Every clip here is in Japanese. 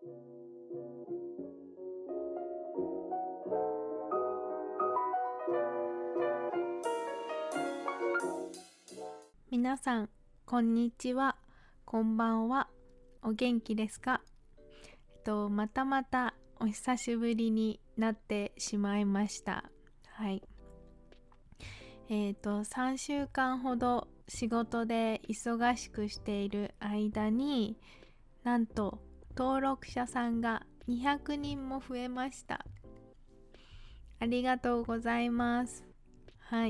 皆さん、こんにちは、こんばんは。お元気ですか？またお久しぶりになってしまいました。はい。3週間ほど仕事で忙しくしている間に、なんと登録者さんが200人も増えました。ありがとうございます。はい。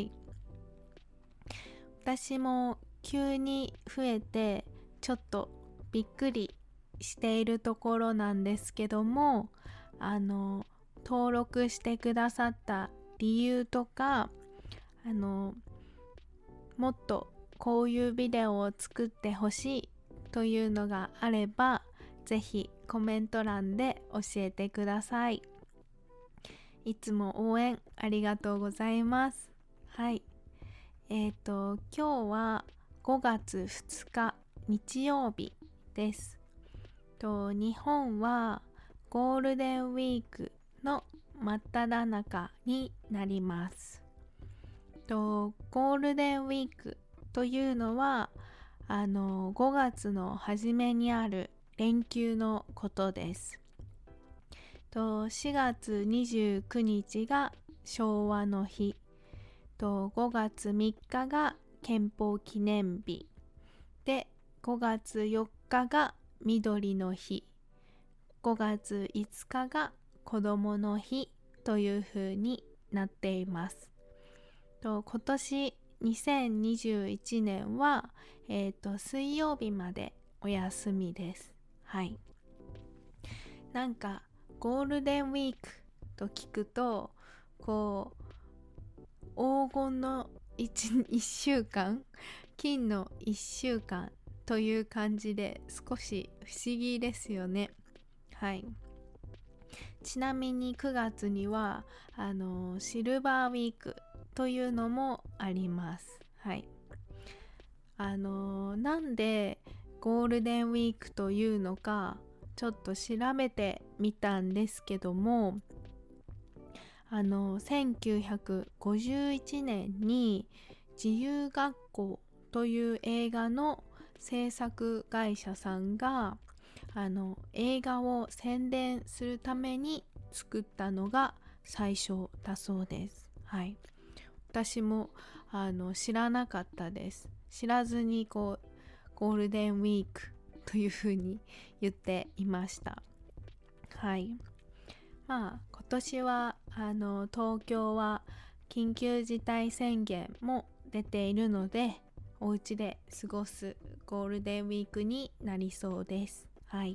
私も急に増えてちょっとびっくりしているところなんですけども、登録してくださった理由とか、もっとこういうビデオを作ってほしいというのがあれば、ぜひコメント欄で教えてください。いつも応援ありがとうございます。はい。今日は5月2日日曜日です。日本はゴールデンウィークの真っ只中になります。ゴールデンウィークというのは5月の初めにある連休のことです。4月29日が昭和の日、5月3日が憲法記念日で、5月4日が緑の日、5月5日が子どもの日というふうになっています。今年2021年は、水曜日までお休みです。はい。なんかゴールデンウィークと聞くと、黄金の1週間、金の1週間という感じで少し不思議ですよね。はい。ちなみに9月にはシルバーウィークというのもあります。はい。なんでゴールデンウィークというのかちょっと調べてみたんですけども、1951年に自由学校という映画の制作会社さんが映画を宣伝するために作ったのが最初だそうです。はい。私も知らなかったです。知らずにゴールデンウィークというふうに言っていました。はい。今年は東京は緊急事態宣言も出ているので、お家で過ごすゴールデンウィークになりそうです。はい。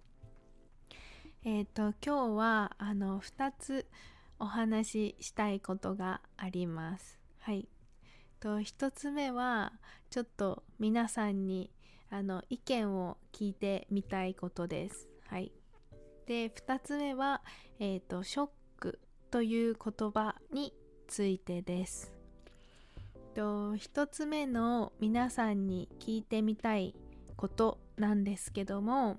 今日は2つお話ししたいことがあります。はい。1つ目はちょっと皆さんに意見を聞いてみたいことです。はい。で、2つ目は、ショックという言葉についてです。1つ目の皆さんに聞いてみたいことなんですけども、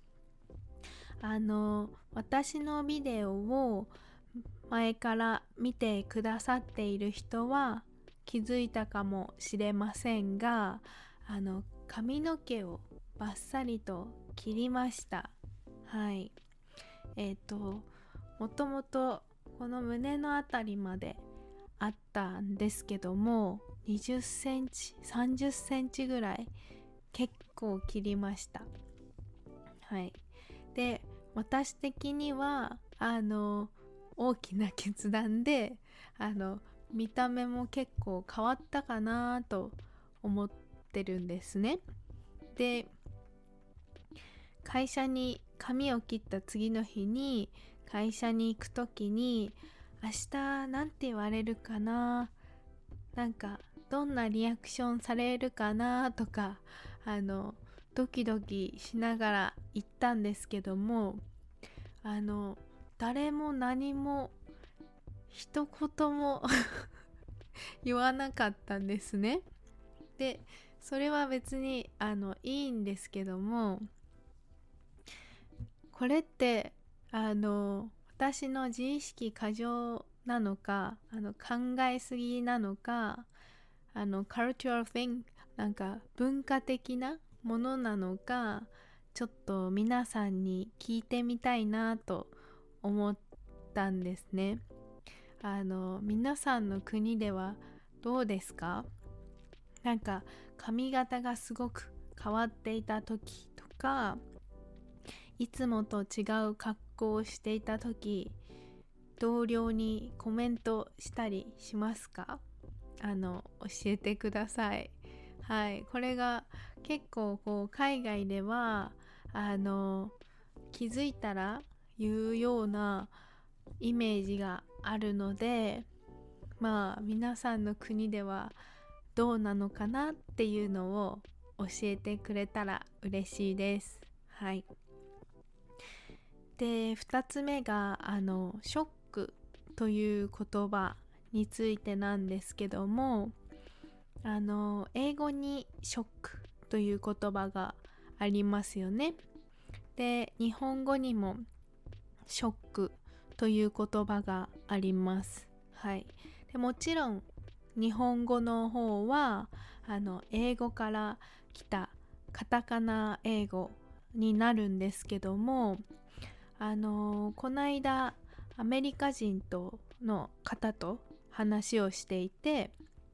私のビデオを前から見てくださっている人は気づいたかもしれませんが、髪の毛をバッサリと切りました。はい。もともとこの胸のあたりまであったんですけども、20センチ30センチぐらい結構切りました。はい。で、私的には大きな決断で見た目も結構変わったかなと思ってるんですね。で、会社に髪を切った次の日に会社に行くときに、明日なんて言われるかな、なんかどんなリアクションされるかなとかドキドキしながら行ったんですけども、誰も何も一言も言わなかったんですね。で、それは別にいいんですけども、 これって私の自意識過剰なのか、考えすぎなのか、cultural thing、なんか文化的なものなのか、ちょっと皆さんに聞いてみたいなと思ったんですね。皆さんの国ではどうですか？なんか髪型がすごく変わっていた時とか、いつもと違う格好をしていた時、同僚にコメントしたりしますか？教えてください。はい、これが結構海外では気づいたら言うようなイメージがあるので、まあ皆さんの国ではどうなのかなっていうのを教えてくれたら嬉しいです。はい。で、2つ目がショックという言葉についてなんですけども、英語にショックという言葉がありますよね。で、日本語にもショックという言葉があります。はい。でもちろん日本語の方は英語から来たカタカナ英語になるんですけども、この間アメリカ人の方と話をしていて、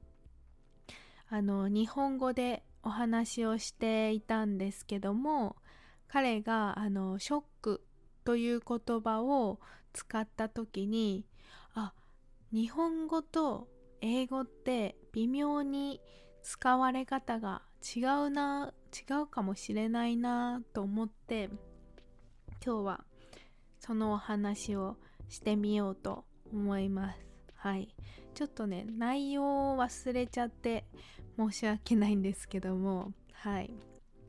日本語でお話をしていたんですけども、彼がショックという言葉を使った時に、日本語と英語って微妙に使われ方が違うかもしれないなと思って、今日はそのお話をしてみようと思います。はい。ちょっとね、内容を忘れちゃって申し訳ないんですけども、はい。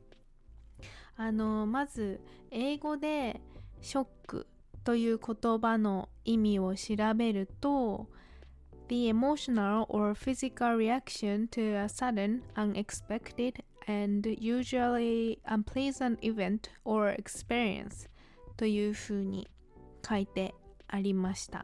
まず英語でショックという言葉の意味を調べると、The emotional or physical reaction to a sudden, unexpected, and usually unpleasant event or experience というふうに書いてありました。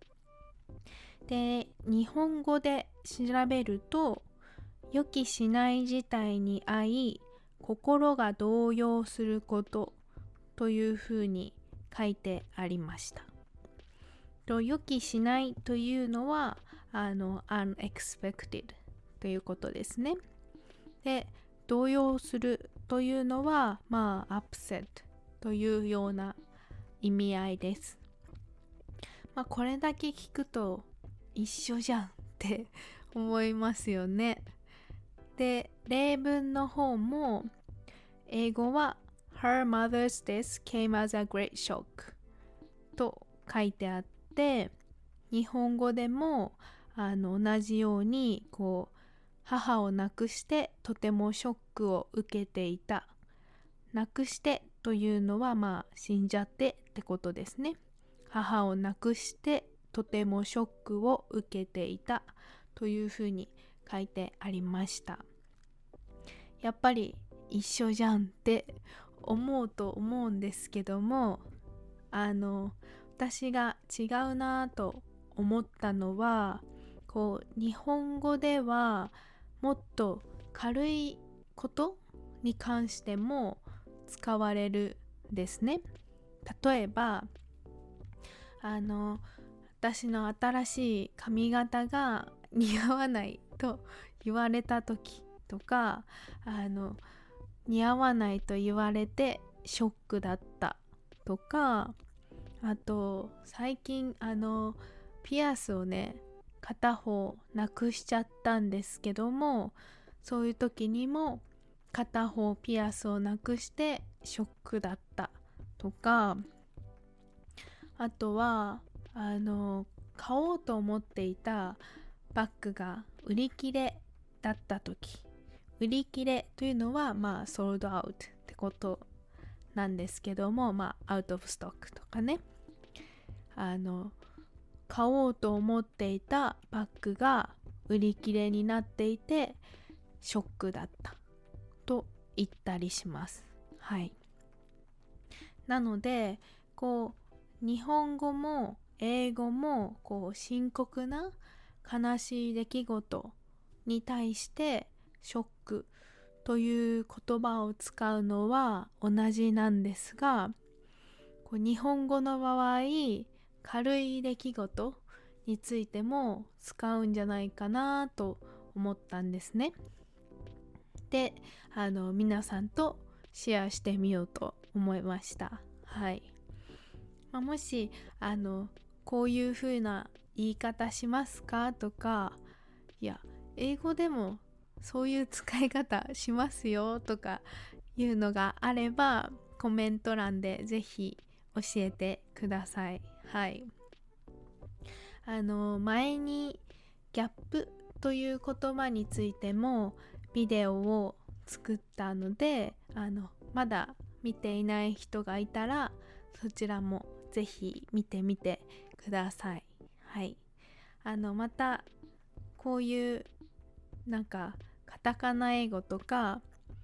で、日本語で調べると、予期しない事態に遭い、心が動揺することというふうに書いてありました。予期しないというのはunexpected ということですね。で、動揺するというのはupset というような意味合いです。これだけ聞くと一緒じゃんって思いますよね。で、例文の方も英語は Her mother's death came as a great shock と書いてあって、日本語でも同じように母を亡くしてとてもショックを受けていた。亡くしてというのは死んじゃってってことですね。母を亡くしてとてもショックを受けていたというふうに書いてありました。やっぱり一緒じゃんって思うと思うんですけども、私が違うなと思ったのは、日本語ではもっと軽いことに関しても使われるんですね。例えば私の新しい髪型が似合わないと言われた時とか、似合わないと言われてショックだったとか、あと最近ピアスをね片方なくしちゃったんですけども、そういう時にも片方ピアスをなくしてショックだったとか、あとは買おうと思っていたバッグが売り切れだった時、売り切れというのはsold out ってことなんですけども、out of stock とかね、買おうと思っていたバッグが売り切れになっていてショックだったと言ったりします。はい。 なので日本語も英語も深刻な悲しい出来事に対してショックという言葉を使うのは同じなんですが、日本語の場合軽い出来事についても使うんじゃないかなと思ったんですね。で、皆さんとシェアしてみようと思いました。はい。もしこういう風な言い方しますかとか、いや英語でもそういう使い方しますよとかいうのがあればコメント欄でぜひ教えてください。はい。前にギャップという言葉についてもビデオを作ったので、まだ見ていない人がいたらそちらもぜひ見てみてください。はい。またこういうカタカナ英語とか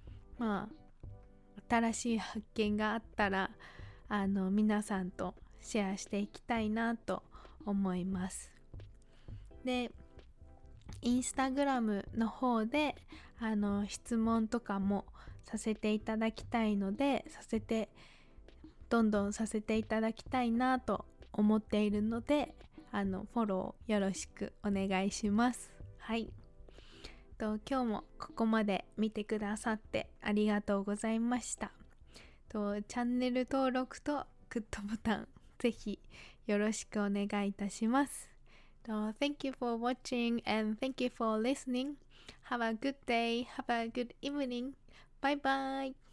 新しい発見があったら皆さんとシェアしていきたいなと思います。で、インスタグラムの方で質問とかもさせていただきたいのでどんどんさせていただきたいなと思っているのでフォローよろしくお願いします。はい。今日もここまで見てくださってありがとうございました。チャンネル登録とグッドボタンぜひよろしくお願いいたします。Thank you for watching and thank you for listening. Have a good day. Have a good evening. Bye bye.